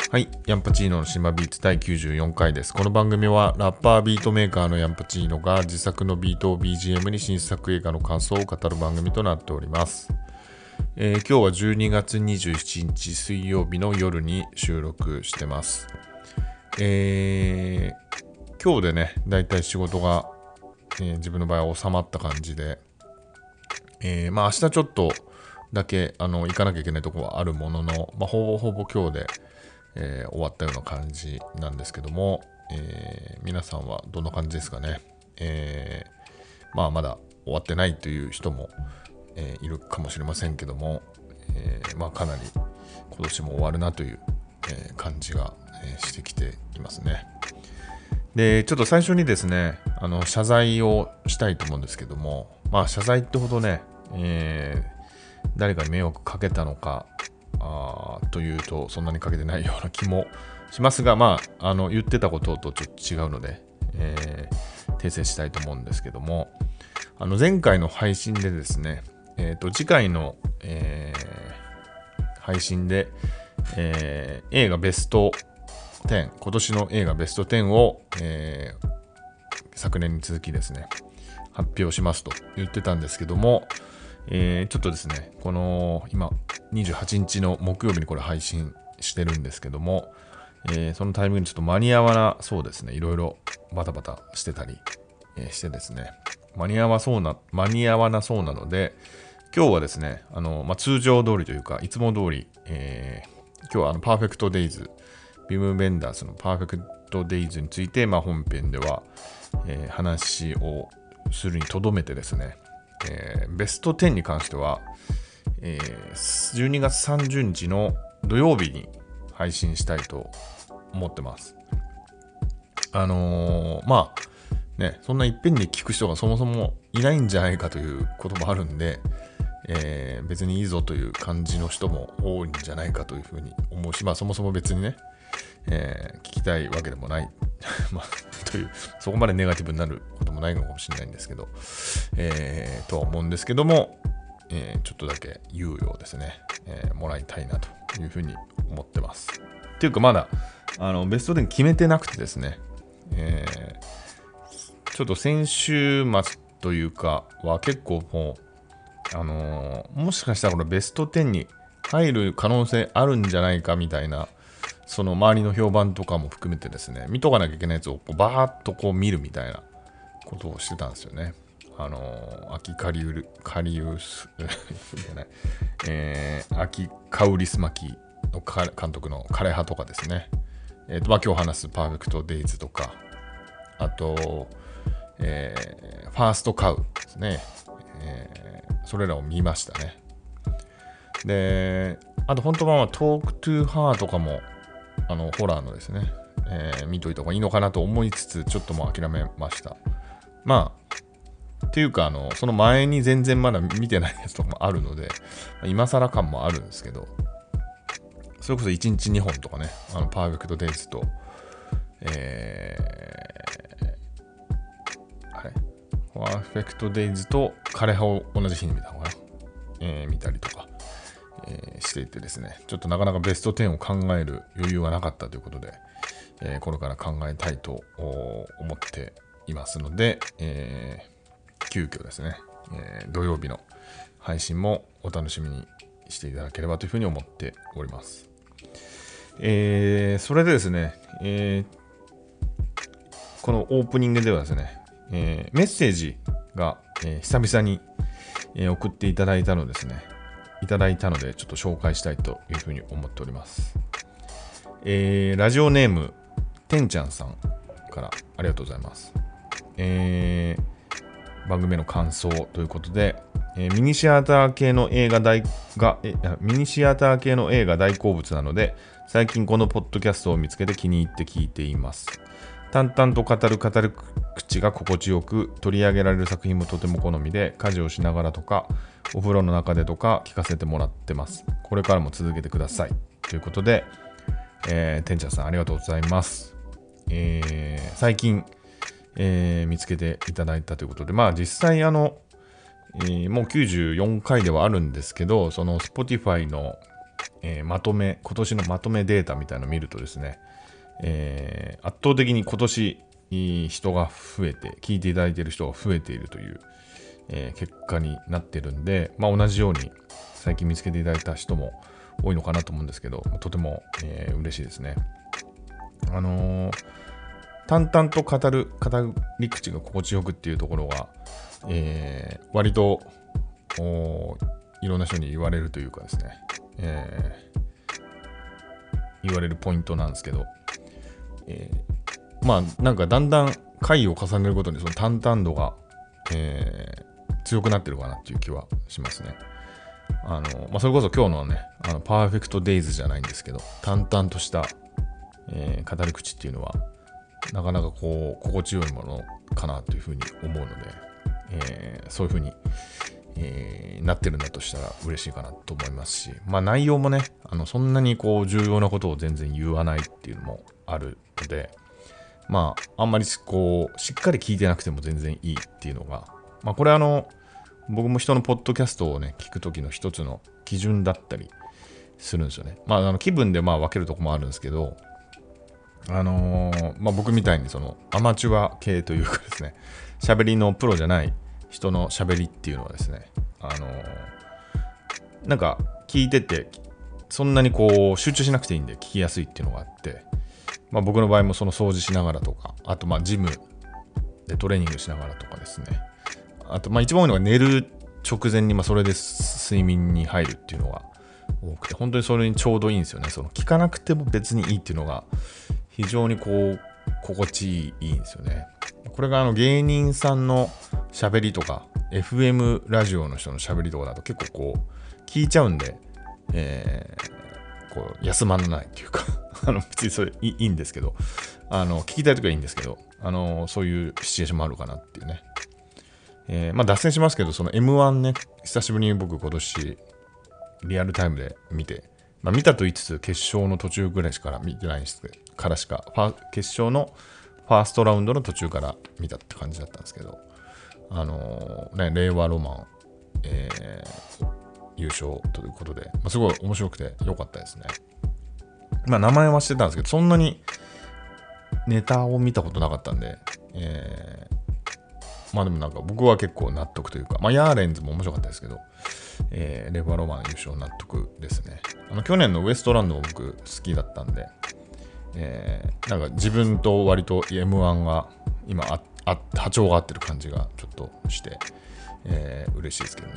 はい、ヤンパチーノの島ビーツ第94回です。この番組はラッパービートメーカーのヤンパチーノが自作のビートを BGM に新作映画の感想を語る番組となっております。今日は12月27日水曜日の夜に収録してます。今日でね、だいたい仕事が、自分の場合は収まった感じで、明日ちょっとだけ行かなきゃいけないところはあるものの、ほぼほぼ今日で終わったような感じなんですけども、皆さんはどんな感じですかね。まだ終わってないという人も、いるかもしれませんけども、かなり今年も終わるなという、感じが、してきていますね。で、ちょっと最初にですね、謝罪をしたいと思うんですけども、謝罪ってほどね、誰かに迷惑かけたのかというとそんなにかけてないような気もしますが、言ってたこととちょっと違うので、訂正したいと思うんですけども、前回の配信でですね、次回の、配信で、映画ベスト10、今年の映画ベスト10を、昨年に続きですね発表しますと言ってたんですけども、ちょっとですね、この今28日の木曜日にこれ配信してるんですけども、そのタイミングにちょっと間に合わなそうですね。いろいろバタバタしてたり、してですね、間に合わなそうなので、今日はですね、通常通りというかいつも通り、今日はパーフェクトデイズ、ビームベンダースのパーフェクトデイズについて、本編では、話をするにとどめてですね、ベスト10に関しては、12月30日の土曜日に配信したいと思ってます。そんないっぺんに聞く人がそもそもいないんじゃないかということもあるんで、別にいいぞという感じの人も多いんじゃないかというふうに思うし、そもそも別にね、聞きたいわけでもないという、そこまでネガティブになることもないのかもしれないんですけど、とは思うんですけども、ちょっとだけ猶予をですね、もらいたいなというふうに思ってます。っていうかまだベスト10決めてなくてですね、ちょっと先週末というかは結構もうもしかしたらこれベスト10に入る可能性あるんじゃないかみたいな、その周りの評判とかも含めてですね、見とかなきゃいけないやつをバーッと見るみたいなことをしてたんですよね。秋カリウスじゃない、秋カウリスマキの監督の枯葉とかですね、今日話すパーフェクトデイズとか、あと、ファーストカウですね、それらを見ましたね。で、あと本当はトークトゥーハーとかもホラーのですね、見といた方がいいのかなと思いつつ、ちょっともう諦めました。っていうかその前に全然まだ見てないやつとかもあるので、今更感もあるんですけど、それこそ1日2本とかね、パーフェクトデイズと、パーフェクトデイズと枯葉を同じ日に見たのかな、見たりとか、していてですね、ちょっとなかなかベスト10を考える余裕はなかったということで、これから考えたいと思っていますので、急遽ですね、土曜日の配信もお楽しみにしていただければというふうに思っております。それでですね、このオープニングではですね、メッセージが、久々に、送っていただいたのでちょっと紹介したいというふうに思っております。ラジオネームてんちゃんさんからありがとうございます。番組の感想ということで、ミニシアター系の映画大好物なので、最近このポッドキャストを見つけて気に入って聞いています。淡々と語る口が心地よく、取り上げられる作品もとても好みで、家事をしながらとかお風呂の中でとか聞かせてもらってます。これからも続けてくださいということで、てんちゃんさんありがとうございます。最近、見つけていただいたということで、実際もう94回ではあるんですけど、その Spotify の今年のまとめデータみたいなのを見るとですね、圧倒的に今年人が増えて、聞いていただいている人が増えているという、結果になってるんで、同じように最近見つけていただいた人も多いのかなと思うんですけど、とても、嬉しいですね。淡々と語り口が心地よくっていうところが、割といろんな人に言われるというかですね、言われるポイントなんですけど、なんかだんだん回を重ねるごとにその淡々度が、強くなってるかなっていう気はしますね。それこそ今日のね、パーフェクトデイズじゃないんですけど、淡々とした、語り口っていうのはなかなかこう心地よいものかなというふうに思うので、そういうふうに、なってるんだとしたら嬉しいかなと思いますし、内容もね、そんなにこう重要なことを全然言わないっていうのもあるので、あんまりこうしっかり聞いてなくても全然いいっていうのが、これ僕も人のポッドキャストをね聞くときの一つの基準だったりするんですよね。気分で分けるとこもあるんですけど、僕みたいにそのアマチュア系というかですね、喋りのプロじゃない人の喋りっていうのはですね、なんか聞いててそんなにこう集中しなくていいんで聞きやすいっていうのがあって、僕の場合もその掃除しながらとか、あとジムでトレーニングしながらとかですね、あと一番多いのが寝る直前にそれで睡眠に入るっていうのが多くて、本当にそれにちょうどいいんですよね。その聞かなくても別にいいっていうのが非常にこう心地いいんですよね。これが芸人さんの喋りとか FM ラジオの人の喋りとかだと結構こう聞いちゃうんで、こう休まらないっていうか別にそれいいんですけど、聞きたいときはいいんですけど、そういうシチュエーションもあるかなっていうね。脱線しますけど、その M1 ね、久しぶりに僕今年リアルタイムで見て、見たと言いつつ決勝の途中ぐらいしか見てないんですからしか、決勝のファーストラウンドの途中から見たって感じだったんですけど、令和ロマン、優勝ということで、すごい面白くて良かったですね。名前は知ってたんですけど、そんなにネタを見たことなかったんで、でもなんか僕は結構納得というか、ヤーレンズも面白かったですけど、レバロマン優勝納得ですね。去年のウエストランドも僕好きだったんで、なんか自分と割と M1 が今波長が合ってる感じがちょっとして、嬉しいですけどね。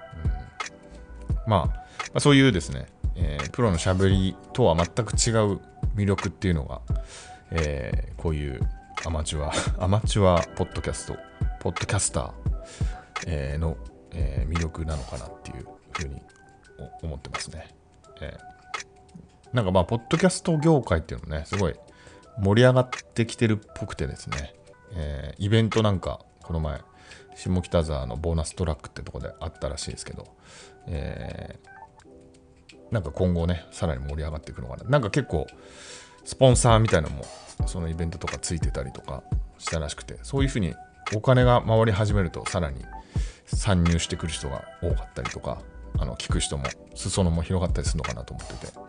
そういうですね、プロのしゃべりとは全く違う魅力っていうのが、こういうアマチュアポッドキャスター、の、魅力なのかなっていうふうに思ってますね。なんかポッドキャスト業界っていうのね、すごい盛り上がってきてるっぽくてですね、イベントなんかこの前下北沢のボーナストラックってとこであったらしいですけど、なんか今後ねさらに盛り上がっていくのかな。なんか結構スポンサーみたいなのもそのイベントとかついてたりとかしたらしくて、そういうふうにお金が回り始めるとさらに参入してくる人が多かったりとか、聞く人も裾野も広がったりするのかなと思ってて、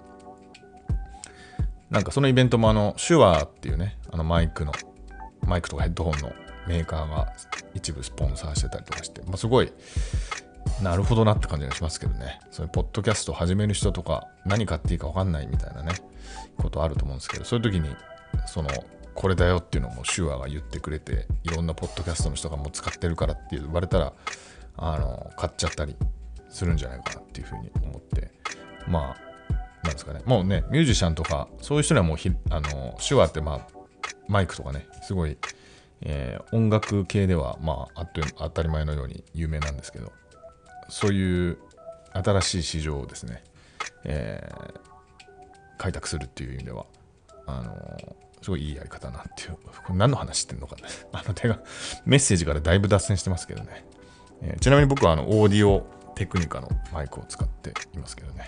なんかそのイベントもシュワーっていうね、マイクとかヘッドホンのメーカーが一部スポンサーしてたりとかして、すごいなるほどなって感じがしますけどね。そういうポッドキャストを始める人とか何買っていいか分かんないみたいなねことあると思うんですけど、そういう時にこれだよっていうのもシュワーが言ってくれて、いろんなポッドキャストの人がもう使ってるからって言われたら買っちゃったりするんじゃないかなっていうふうに思って、なんですかね、もうねミュージシャンとかそういう人にはもうシュワーってマイクとかねすごい、音楽系では当たり前のように有名なんですけど、そういう新しい市場をですね、開拓するっていう意味ではすごいいいやり方なっていう、これ何の話してんのかねメッセージからだいぶ脱線してますけどね、ちなみに僕はオーディオテクニカのマイクを使っていますけどね。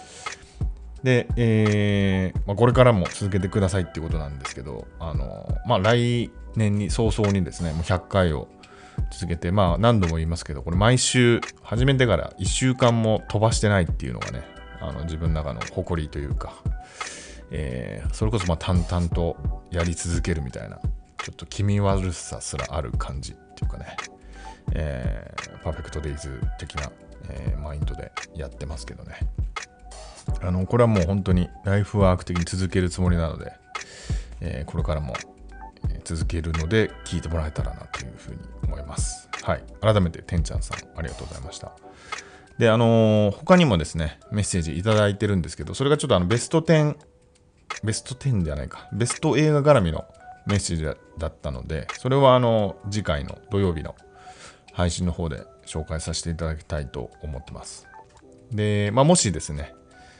で、これからも続けてくださいっていうことなんですけど、来年に早々にですねもう100回を続けて、何度も言いますけど、これ毎週始めてから1週間も飛ばしてないっていうのがね、 自分の中の誇りというか、それこそ淡々とやり続けるみたいな、ちょっと気味悪さすらある感じっていうかね、パーフェクトデイズ的な、マインドでやってますけどね。これはもう本当にライフワーク的に続けるつもりなので、これからも続けるので聞いてもらえたらなというふうに思います。はい。改めててんちゃんさんありがとうございました。で、他にもですね、メッセージいただいてるんですけど、それがちょっとベスト10じゃないか、ベスト映画絡みのメッセージだったので、それは次回の土曜日の配信の方で紹介させていただきたいと思ってます。で、もしですね、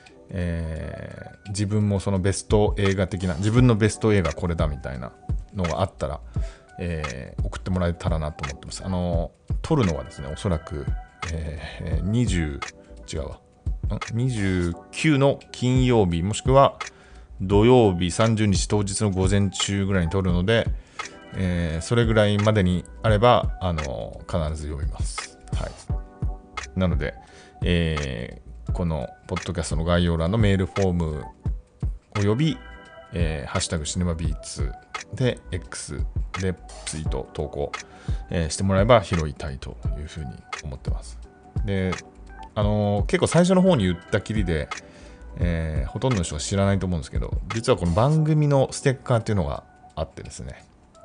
自分もそのベスト映画的な、自分のベスト映画これだみたいなのがあったら、送ってもらえたらなと思ってます。撮るのはですね、おそらく、29の金曜日もしくは土曜日30日当日の午前中ぐらいに撮るので、それぐらいまでにあれば必ず読みます。はい。なので、このポッドキャストの概要欄のメールフォームおよび、ハッシュタグシネマビーツで X でツイート投稿、してもらえば拾いたいというふうに思ってます。で、結構最初の方に言ったきりで、ほとんどの人が知らないと思うんですけど、実はこの番組のステッカーっていうのがあってですね、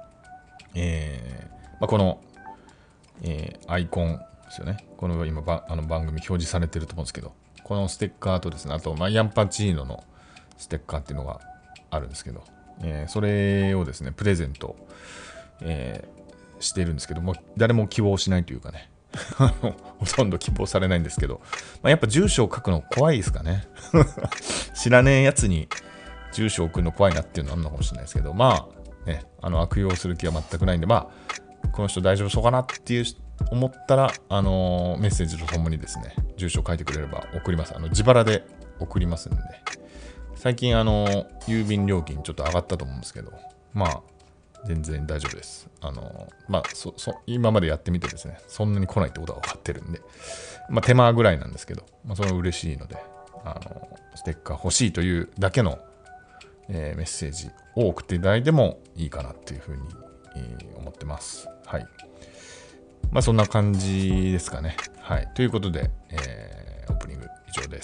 この、アイコンですよね。この今番組表示されてると思うんですけど、このステッカーとですね、あと、ヤンパチーノのステッカーっていうのがあるんですけど、それをですね、プレゼント、しているんですけども、誰も希望しないというかね、ほとんど希望されないんですけど、やっぱ住所を書くの怖いですかね。知らねえやつに住所を送るの怖いなっていうのはあるのかもしれないですけど、悪用する気は全くないんで、この人大丈夫そうかなっていう思ったら、メッセージとともにですね、住所を書いてくれれば送ります。自腹で送りますんで、最近郵便料金ちょっと上がったと思うんですけど、全然大丈夫です。今までやってみてですね、そんなに来ないってことは分かってるんで、手間ぐらいなんですけど、それは嬉しいので、ステッカー欲しいというだけの、メッセージを送っていただいてもいいかなっていうふうに、思ってます。はい。そんな感じですかね。はい。ということで、オープニング以上です。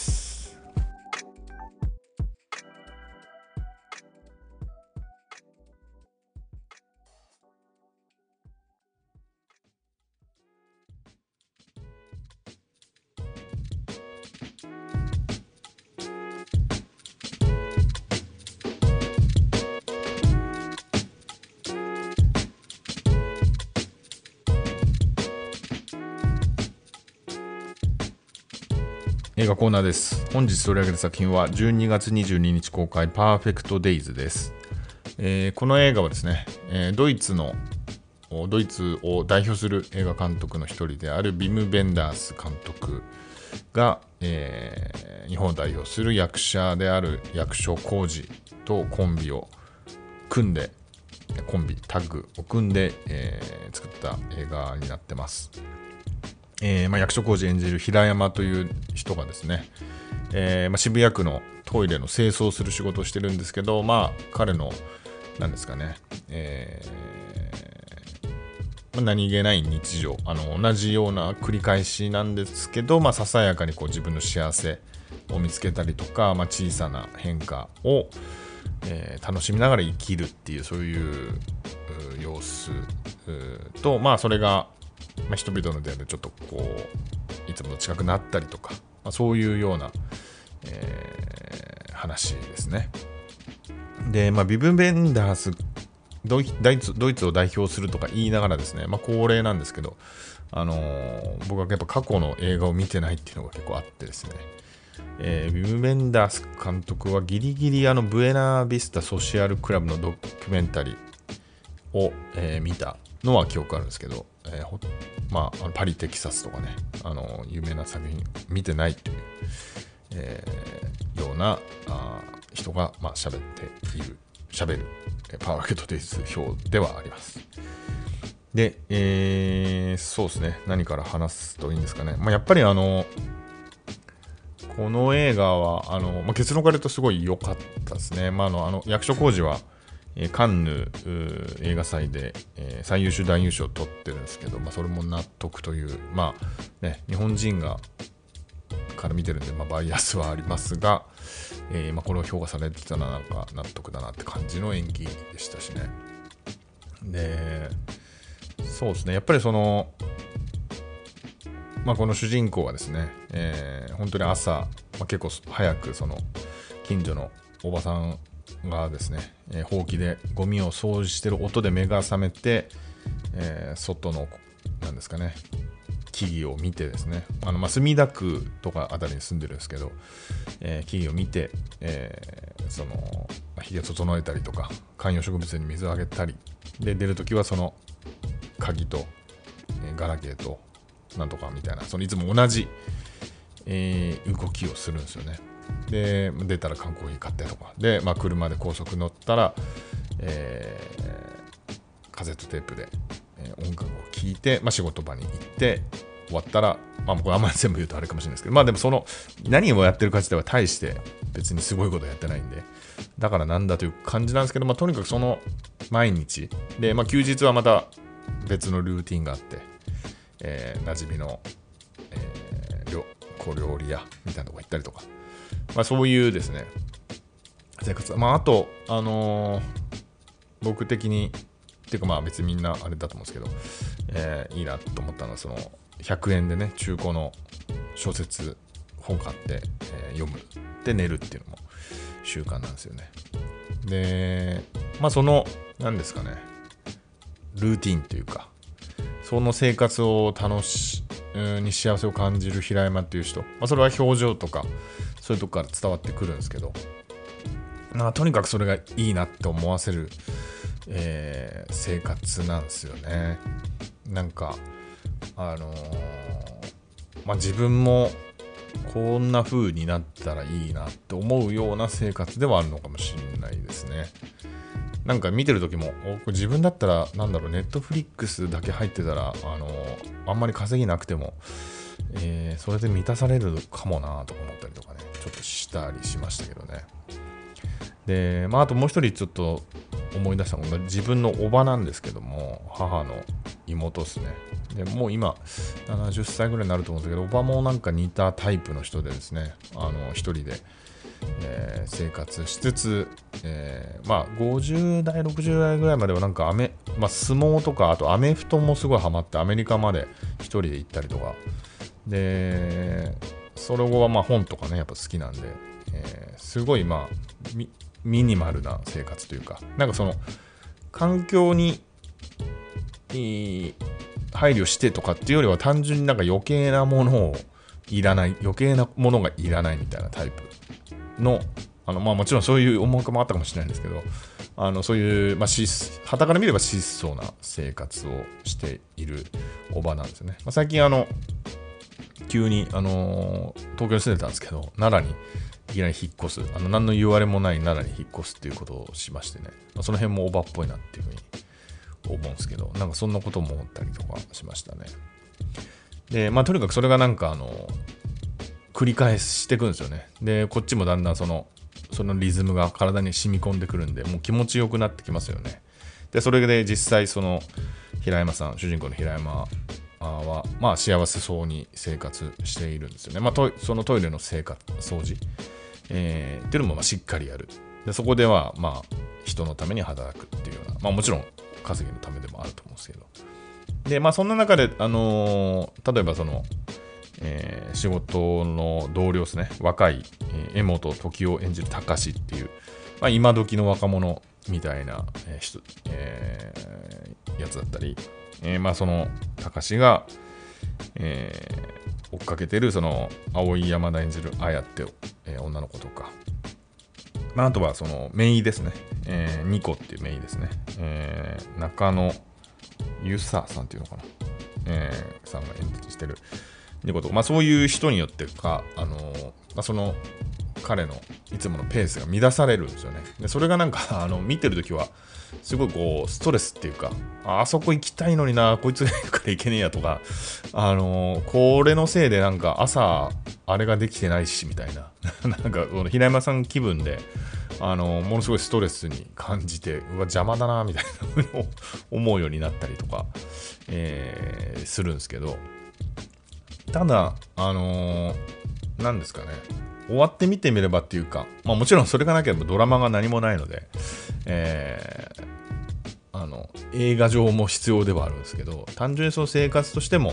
映画コーナーです。本日取り上げる作品は12月22日公開パーフェクトデイズです。この映画はですね、ドイツを代表する映画監督の一人であるビム・ベンダース監督が、日本を代表する役者である役所広司とタッグを組んで、作った映画になってます。役所広司演じる平山という人がですね、渋谷区のトイレの清掃する仕事をしてるんですけど、彼の何ですかね、何気ない日常、同じような繰り返しなんですけど、ささやかに自分の幸せを見つけたりとか、小さな変化を、楽しみながら生きるっていう、そういう様子と、それが人々の出会いでちょっといつもと近くなったりとか、そういうような、話ですね。で、ビブ・ベンダースドイツを代表するとか言いながらですね、恒例なんですけど、僕はやっぱ過去の映画を見てないっていうのが結構あってですね、ビブ・ベンダース監督はギリギリブエナビスタソシアルクラブのドキュメンタリーを、見たのは記憶あるんですけど、パリ・テキサスとかね、有名な作品見てないという、ような人が喋るパーフェクトデイズ表ではあります。で、そうですね、何から話すといいんですかね。やっぱりこの映画は結論から言うとすごい良かったですね。役所広司はカンヌ映画祭で最優秀男優賞を取ってるんですけど、それも納得という、日本人から見てるんで、バイアスはありますが、これを評価されてたらなんか納得だなって感じの演技でしたしね。で、そうですね、やっぱりこの主人公はですね、本当に朝、結構早くその近所のおばさんがですね、ほうきでゴミを掃除してる音で目が覚めて、外のなんですかね、木々を見てですね、墨田区とかあたりに住んでるんですけど、木々を見て、そのひげ整えたりとか観葉植物に水をあげたりで、出るときはその鍵と、ガラケーとなんとかみたいな、そのいつも同じ、動きをするんですよね。で、出たら缶コーヒー買ったりとかで、車で高速乗ったら、カセットテープで、音楽を聴いて、仕事場に行って終わったら、これあんまり全部言うとあれかもしれないですけど、でもその何をやってるか自体は大して別にすごいことやってないんで、だからなんだという感じなんですけど、とにかくその毎日で、休日はまた別のルーティンがあって、馴染みの、小料理屋みたいなとこ行ったりとか、そういうですね生活、あと僕的にっていうか別にみんなあれだと思うんですけど、いいなと思ったのはその100円でね中古の小説本買って、読むで寝るっていうのも習慣なんですよね。でその何ですかねルーティンというかその生活をに幸せを感じる平山っていう人、それは表情とかそういうとこから伝わってくるんですけど、とにかくそれがいいなって思わせる、生活なんですよね。なんか自分もこんな風になったらいいなって思うような生活ではあるのかもしれないですね。なんか見てる時もこれ自分だったらネットフリックスだけ入ってたらあんまり稼ぎなくても、それで満たされるかもなとか思ったりとかねちょっとしたりしましたけどね。であともう一人ちょっと思い出したのが自分のおばなんですけども、母の妹ですね。でもう今70歳ぐらいになると思うんですけど、おばもなんか似たタイプの人でですね、一人で生活しつつ、50代60代ぐらいまではなんか相撲とかあとアメフトもすごいハマってアメリカまで一人で行ったりとかで、その後は本とかねやっぱ好きなんで、すごいミニマルな生活というか、なんかその環境に配慮してとかっていうよりは単純になんか余計なものがいらないみたいなタイプのもちろんそういう思惑もあったかもしれないんですけど、そういう傍から見れば質素な生活をしているおばなんですよね。最近急に東京に住んでたんですけど、奈良にいきなり引っ越す、何の言われもない奈良に引っ越すっていうことをしましてね、その辺もおばっぽいなっていうふうに思うんですけど、なんかそんなことも思ったりとかしましたね。でとにかくそれがなんか繰り返していくんですよね。でこっちもだんだんそのリズムが体に染み込んでくるんで、もう気持ちよくなってきますよね。でそれで実際その平山さん、主人公の平山は幸せそうに生活しているんですよね。そのトイレの掃除、っていうのもしっかりやる。でそこでは人のために働くっていうような、もちろん稼ぎのためでもあると思うんですけど、でそんな中で例えばその仕事の同僚ですね、若い江本時生を演じる高志っていう、今時の若者みたいな、やつだったり、その高志が、追っかけてるその青井山田演じる綾って、女の子とか、あとはそのメイですね、ニコっていうメイですね、中野ゆささんっていうのかな、さんが演じてるニコとか、そういう人によってかその彼のいつものペースが乱されるんですよね。でそれがなんか見てるときはすごいこうストレスっていうか、あそこ行きたいのにな、こいつがいるから行けねえやとか、これのせいでなんか朝あれができてないしみたいななんかこの平山さん気分でものすごいストレスに感じて、うわ邪魔だなみたいなふうに思うようになったりとか、するんですけど、ただなんですかね、終わってみてみればっていうか、まあもちろんそれがなければドラマが何もないので、映画上も必要ではあるんですけど、単純にその生活としても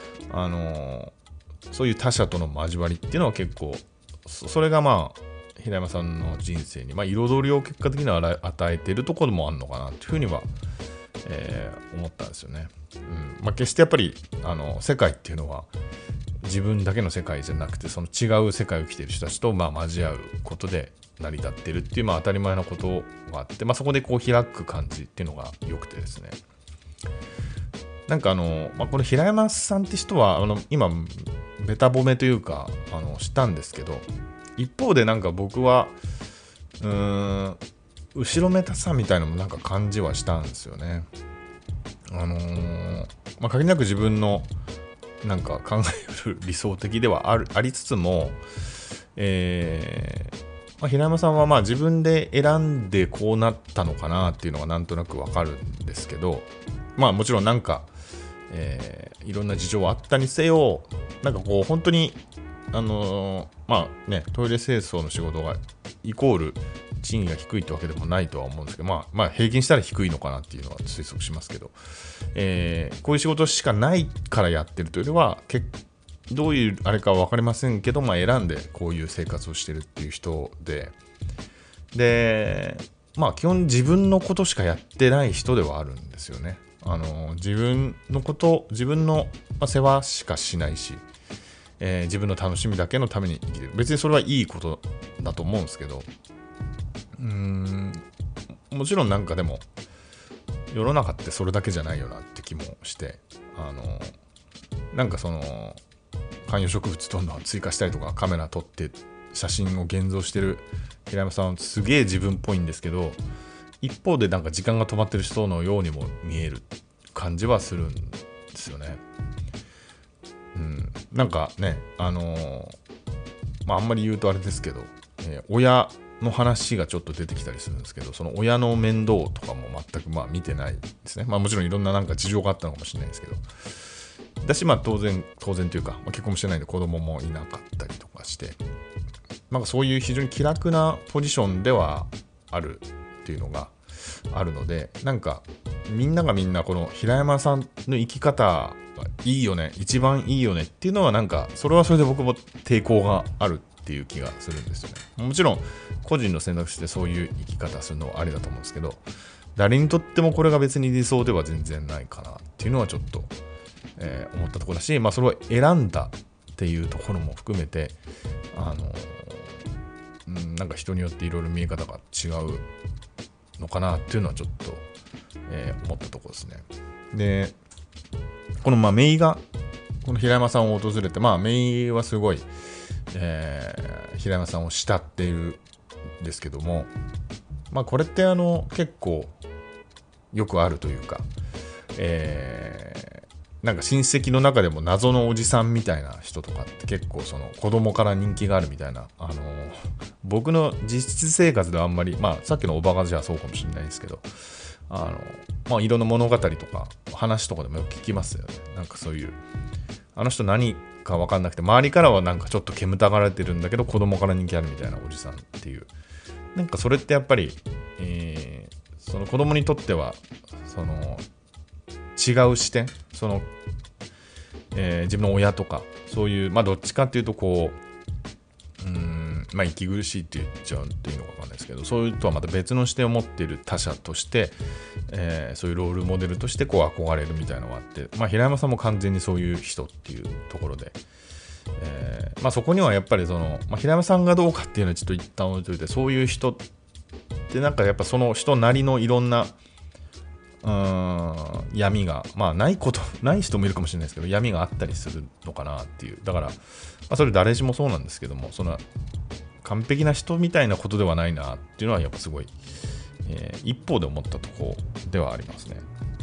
そういう他者との交わりっていうのは結構、それがまあ平山さんの人生に、まあ、彩りを結果的には与えているところもあるのかなっていうふうには、思ったんですよね。まあ、決してやっぱり世界っていうのは自分だけの世界じゃなくて、その違う世界を生きている人たちとまあ交わることで成り立っているっていう、まあ、当たり前のことがあって、まあ、そこでこう開く感じっていうのが良くてですね、なんかまあ、この平山さんって人は今ベタ褒めというかしたんですけど、一方でなんか僕は後ろめたさみたいなのもなんか感じはしたんですよね。まあ、限りなく自分のなんか考える理想的ではありつつも、まあ、平山さんはまあ自分で選んでこうなったのかなっていうのがなんとなくわかるんですけど、まあもちろんなんか、いろんな事情はあったにせよ、なんかこう本当にまあね、トイレ清掃の仕事がイコール賃金が低いってわけでもないとは思うんですけど、まあ平均したら低いのかなっていうのは推測しますけど、こういう仕事しかないからやってるというよりは、どういうあれかは分かりませんけど、まあ、選んでこういう生活をしてるっていう人で、まあ基本自分のことしかやってない人ではあるんですよね。自分の世話しかしないし、自分の楽しみだけのために生きてる。別にそれはいいことだと思うんですけど、もちろんなんかでも世の中ってそれだけじゃないよなって気もして、なんかその観葉植物どんどん追加したりとか、カメラ撮って写真を現像してる平山さんすげえ自分っぽいんですけど、一方でなんか時間が止まってる人のようにも見える感じはするんですよね。なんかね、まあ、あんまり言うとあれですけど、親の話がちょっと出てきたりするんですけど、その親の面倒とかも全くまあ見てないですね。まあもちろんいろんななんか事情があったのかもしれないですけど、だしまあ当然というか、まあ、結婚もしてないんで子供もいなかったりとかして、なんかそういう非常に気楽なポジションではあるっていうのがあるので、なんかみんながみんなこの平山さんの生き方がいいよね、一番いいよねっていうのは、なんかそれはそれで僕も抵抗があるっていう気がするんですよね。もちろん個人の選択肢でそういう生き方するのはありだと思うんですけど、誰にとってもこれが別に理想では全然ないかなっていうのはちょっと、思ったところだし、まあそれを選んだっていうところも含めて、なんか人によっていろいろ見え方が違うのかなっていうのはちょっと、思ったところですね。で、このまあメイがこの平山さんを訪れて、まあメイはすごい、平山さんを慕っているんですけども、まあこれって結構よくあるというか、なんか親戚の中でも謎のおじさんみたいな人とかって結構その子供から人気があるみたいな、僕の実質生活ではあんまり、まあさっきのおばがじゃあそうかもしれないですけど、まあいろんな物語とか話とかでもよく聞きますよね。なんかそういうあの人何か分かんなくて、周りからはなんかちょっと煙たがられてるんだけど子供から人気あるみたいなおじさんっていう、なんかそれってやっぱり、その子供にとってはその違う視点、その、自分の親とかそういう、まあどっちかっていうとこう、まあ息苦しいって言っちゃうっていうのか分かんないですけど、そういうとはまた別の視点を持っている他者として、そういうロールモデルとしてこう憧れるみたいなのがあって、まあ平山さんも完全にそういう人っていうところで、まあそこにはやっぱりその、まあ、平山さんがどうかっていうのはちょっと一旦置いといて、そういう人ってなんかやっぱその人なりのいろんな闇が、まあない人もいるかもしれないですけど、闇があったりするのかなっていう。だから、まあ、それ誰しもそうなんですけども、その完璧な人みたいなことではないなっていうのはやっぱすごい、一方で思ったところではありますね。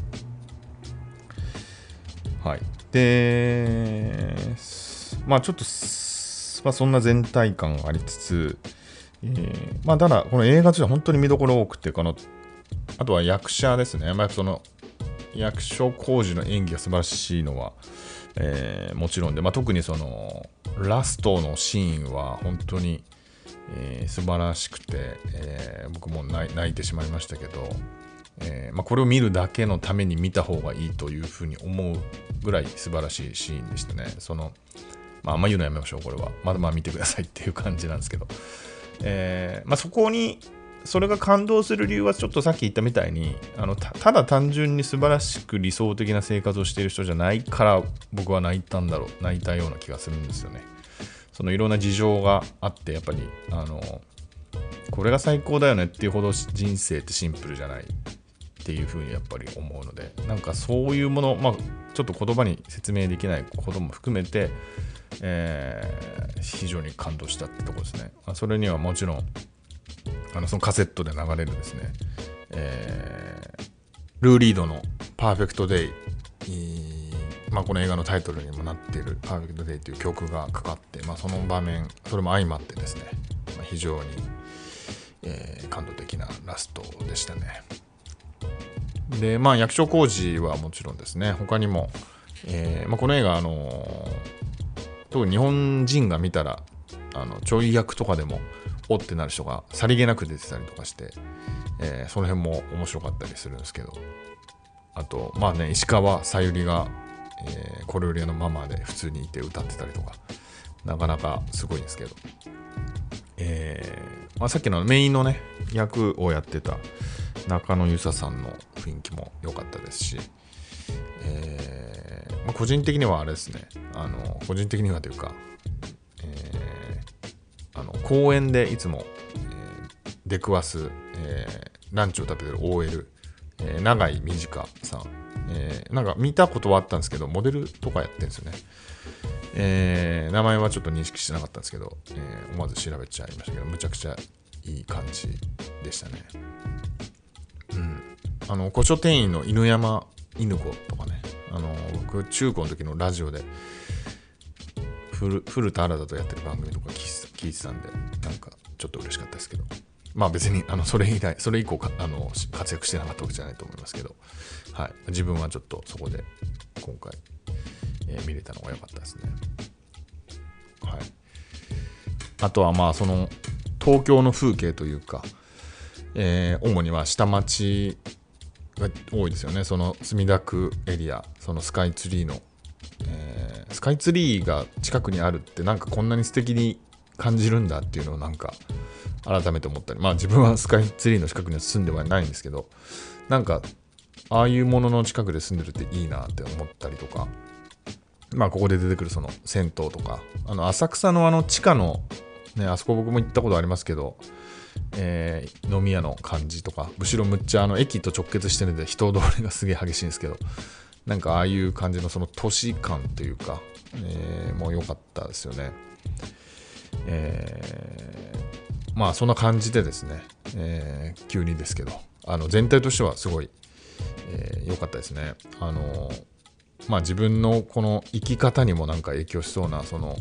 はい。で、まあちょっと、まあ、そんな全体感がありつつ、まあただこの映画としては本当に見どころ多くて、あとは役者ですね。まあその役所広司の演技が素晴らしいのは、もちろんで、まあ、特にそのラストのシーンは本当に、素晴らしくて、僕も泣いてしまいましたけど、まあ、これを見るだけのために見た方がいいというふうに思うぐらい素晴らしいシーンでしたね。まあ、あんま言うのやめましょう、これは。まだまあ見てくださいっていう感じなんですけど、まあ、それが感動する理由はちょっとさっき言ったみたいにただ単純に素晴らしく理想的な生活をしている人じゃないから僕は泣いたような気がするんですよね。そのいろんな事情があってやっぱりこれが最高だよねっていうほど人生ってシンプルじゃないっていうふうにやっぱり思うので、なんかそういうもの、まあちょっと言葉に説明できないことも含めて、非常に感動したってところですね。それにはもちろんそのカセットで流れるですね、ルー・リードのパーフェクトデイ、まあ、この映画のタイトルにもなっているパーフェクトデイという曲がかかって、まあ、その場面それも相まってですね、まあ、非常に、感動的なラストでしたね。でまあ役所広司はもちろんですね、他にも、まあ、この映画特に日本人が見たらちょい役とかでもおってなる人がさりげなく出てたりとかして、その辺も面白かったりするんですけど、あとまあね石川さゆりが、小料理屋のママで普通にいて歌ってたりとかなかなかすごいんですけど、まあ、さっきのメインのね役をやってた中野由紗さんの雰囲気も良かったですし、まあ、個人的にはあれですね、個人的にはというか、公園でいつも、出くわす、ランチを食べてる OL、永井美智香さん、なんか見たことはあったんですけどモデルとかやってるんですよね。名前はちょっと認識してなかったんですけど、思わず調べちゃいましたけどむちゃくちゃいい感じでしたね。古書店員の犬山犬子とかね、僕中高の時のラジオで古田新太とやってる番組とか聞いてたんでなんかちょっと嬉しかったですけど、まあ別にそれ以降活躍してなかったわけじゃないと思いますけど、はい、自分はちょっとそこで今回、見れたのが良かったですね。はい、あとはまあその東京の風景というか、主には下町が多いですよね。その墨田区エリア、そのスカイツリーの、スカイツリーが近くにあるってなんかこんなに素敵に感じるんだっていうのをなんか改めて思ったり、まあ自分はスカイツリーの近くには住んではないんですけど、なんかああいうものの近くで住んでるっていいなって思ったりとか、まあここで出てくるその銭湯とか浅草の地下のね、あそこ僕も行ったことありますけど、飲み屋の感じとか後ろむっちゃ駅と直結してるんで人通りがすげえ激しいんですけど、なんかああいう感じのその都市感というか、もう良かったですよね。まあそんな感じでですね、急にですけど全体としてはすごい良かったですね。まあ自分のこの生き方にもなんか影響しそうなその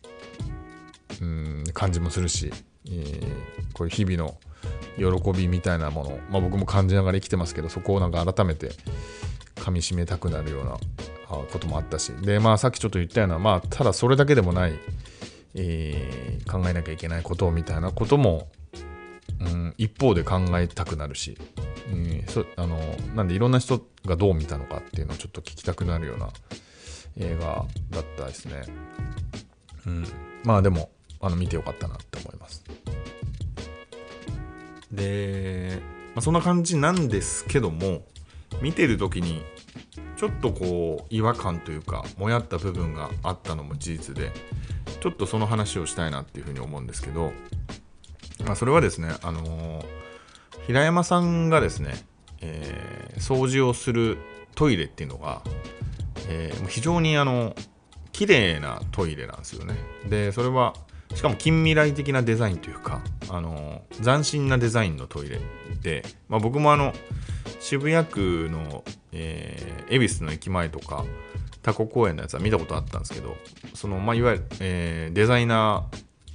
感じもするし、こういう日々の喜びみたいなもの、まあ、僕も感じながら生きてますけど、そこをなんか改めて噛み締めたくなるようなこともあったし、でまあさっきちょっと言ったような、まあただそれだけでもない、考えなきゃいけないことみたいなことも、一方で考えたくなるし、なんでいろんな人がどう見たのかっていうのをちょっと聞きたくなるような映画だったですね。まあでも見てよかったなって思います。で、まあ、そんな感じなんですけども、見てる時にちょっとこう違和感というかもやった部分があったのも事実で、ちょっとその話をしたいなっていうふうに思うんですけど、まあ、それはですね、平山さんがですね、掃除をするトイレっていうのが、非常に綺麗なトイレなんですよね。でそれはしかも近未来的なデザインというか、斬新なデザインのトイレで、僕も渋谷区の、恵比寿の駅前とかタコ公園のやつは見たことあったんですけど、いわゆる、デザイナ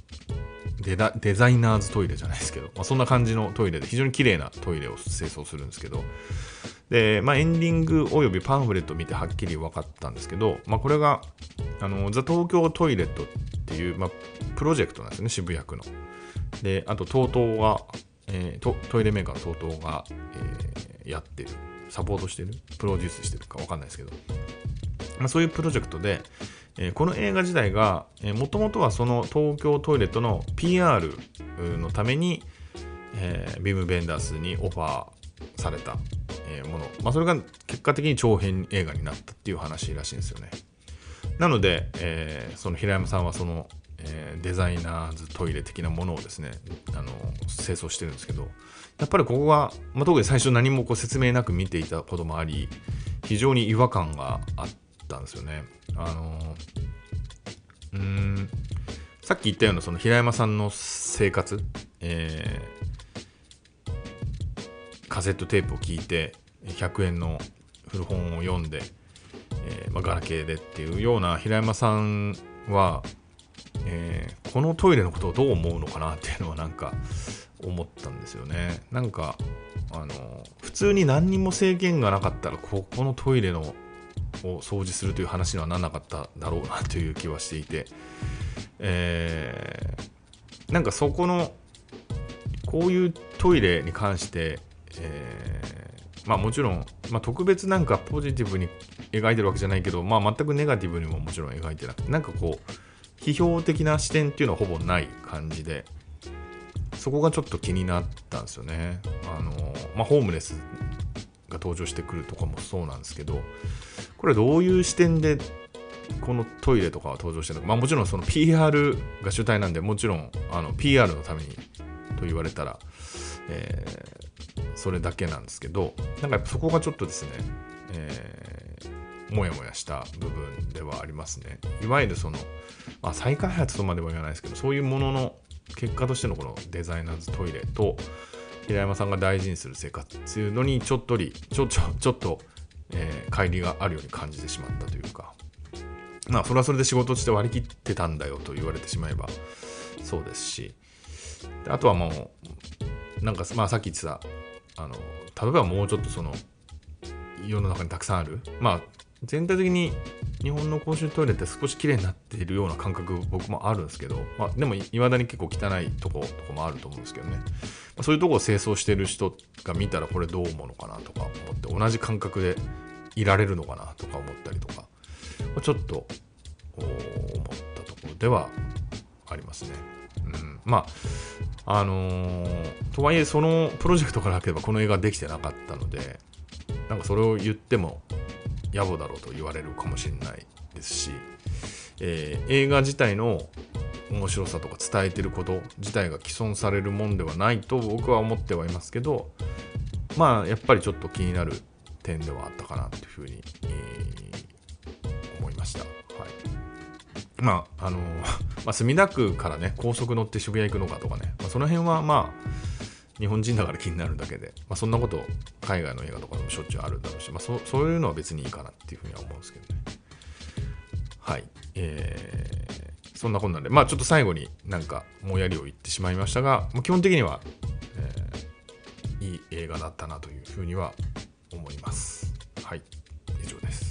ーズトイレじゃないですけど、そんな感じのトイレで非常に綺麗なトイレを清掃するんですけど、で、エンディングおよびパンフレットを見てはっきり分かったんですけど、これがザ・東京トイレットっていう、プロジェクトなんですね、渋谷区の。で、あと TOTO が、トイレメーカーの TOTO が、やってる、サポートしてる、プロデュースしてるか分かんないですけど、そういうプロジェクトで、この映画自体がもともとはその東京トイレットの PR のために、ビーム・ベンダースにオファーされた、もの、それが結果的に長編映画になったっていう話らしいんですよね。なので、その平山さんはその、デザイナーズトイレ的なものをですね、清掃してるんですけど、やっぱりここが、特に最初何も説明なく見ていたこともあり、非常に違和感があったんですよね。さっき言ったようなその平山さんの生活、カセットテープを聞いて100円の古本を読んで、ガラケーでっていうような平山さんは、このトイレのことをどう思うのかなっていうのはなんか思ったんですよね。なんか普通に何にも制限がなかったらこのトイレのを掃除するという話にはならなかっただろうなという気はしていて、なんかそこのこういうトイレに関して、もちろん、特別なんかポジティブに描いてるわけじゃないけど、全くネガティブにももちろん描いてなくて、なんか批評的な視点っていうのはほぼない感じで、そこがちょっと気になったんですよね。ホームレスが登場してくるとかもそうなんですけど、これどういう視点でこのトイレとかは登場してるのか、もちろんその PR が主体なんで、もちろんPR のためにと言われたら、それだけなんですけど、なんかやっぱそこがちょっとですね、もやもやした部分ではありますね。いわゆるその、再開発とまでは言わないですけど、そういうものの結果としてのこのデザイナーズトイレと平山さんが大事にする生活っていうのにちょっと乖離があるように感じてしまったというか、それはそれで仕事として割り切ってたんだよと言われてしまえばそうですし、あとはもうなんかさっき言ってた例えばもうちょっとその世の中にたくさんある、全体的に日本の公衆トイレって少し綺麗になっているような感覚僕もあるんですけど、でも未だに結構汚いとこもあると思うんですけどね、そういうとこを清掃してる人が見たらこれどう思うのかなとか思って、同じ感覚でいられるのかなとか思ったりとか、ちょっと思ったところではありますね。とはいえそのプロジェクトがなければこの映画できてなかったので、なんかそれを言っても野暮だろうと言われるかもしれないですし、映画自体の面白さとか伝えてること自体が既存されるもんではないと僕は思ってはいますけど、やっぱりちょっと気になる点ではあったかなというふうに、思いました。墨田区からね高速乗って渋谷行くのかとかね、その辺は日本人だから気になるだけで、そんなこと海外の映画とかでもしょっちゅうあるだろうし、そういうのは別にいいかなっていうふうには思うんですけどね。はい、そんなこんなんで、ちょっと最後になんかもやりを言ってしまいましたが、基本的には、いい映画だったなというふうには思います。はい、以上です。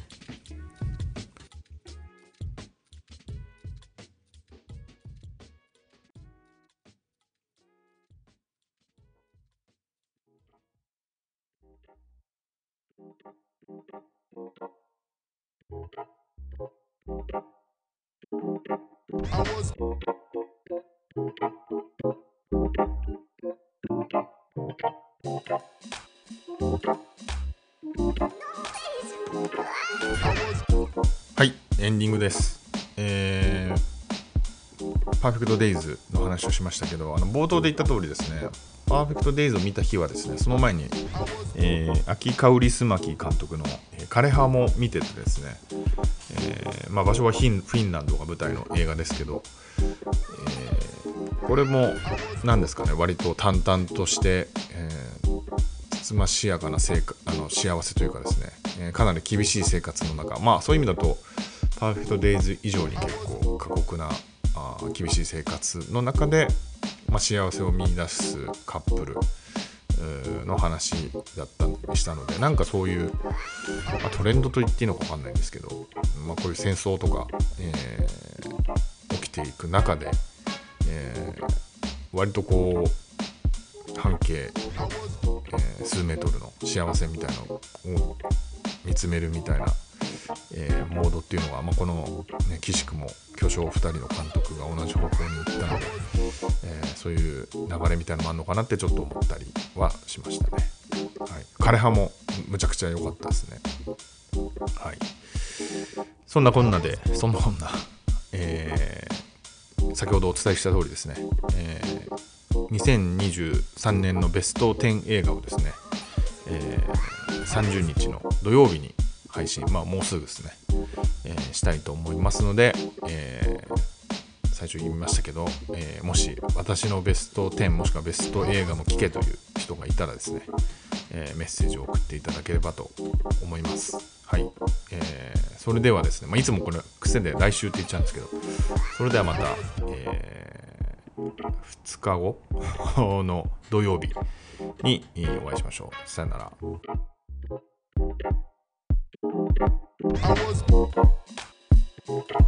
はい、エンディングです。パーフェクトデイズの話をしましたけど、冒頭で言った通りですね、パーフェクトデイズを見た日はですね、その前に、秋カウリスマキ監督の、枯葉も見ててですね、場所はフィンランドが舞台の映画ですけど、 これも何ですかね、割と淡々として、つつましやかな幸せというかですね、かなり厳しい生活の中、そういう意味だとパーフェクトデイズ以上に結構過酷な厳しい生活の中で、幸せを見出すカップルの話だったりしたので、なんかそういう、トレンドと言っていいのか分かんないんですけど、こういう戦争とか、起きていく中で、割とこう半径、数メートルの幸せみたいなのを見つめるみたいな、モードっていうのが、この、岸くも巨匠2人の監督が同じ方向に行ったので、そういう流れみたいなのもあるのかなってちょっと思ったりはしましたね。はい、枯葉もむちゃくちゃ良かったですね。はい、そんなこんな、先ほどお伝えした通りですね、2023年のベスト10映画をですね、30日の土曜日に配信、もうすぐですね、したいと思いますので、最初言いましたけど、もし私のベスト10もしくはベスト映画も聞けという人がいたらですね、メッセージを送っていただければと思います。はい、それではですね、いつもこれ癖で来週って言っちゃうんですけど、それではまた、2日後の土曜日にお会いしましょう。さよなら。I was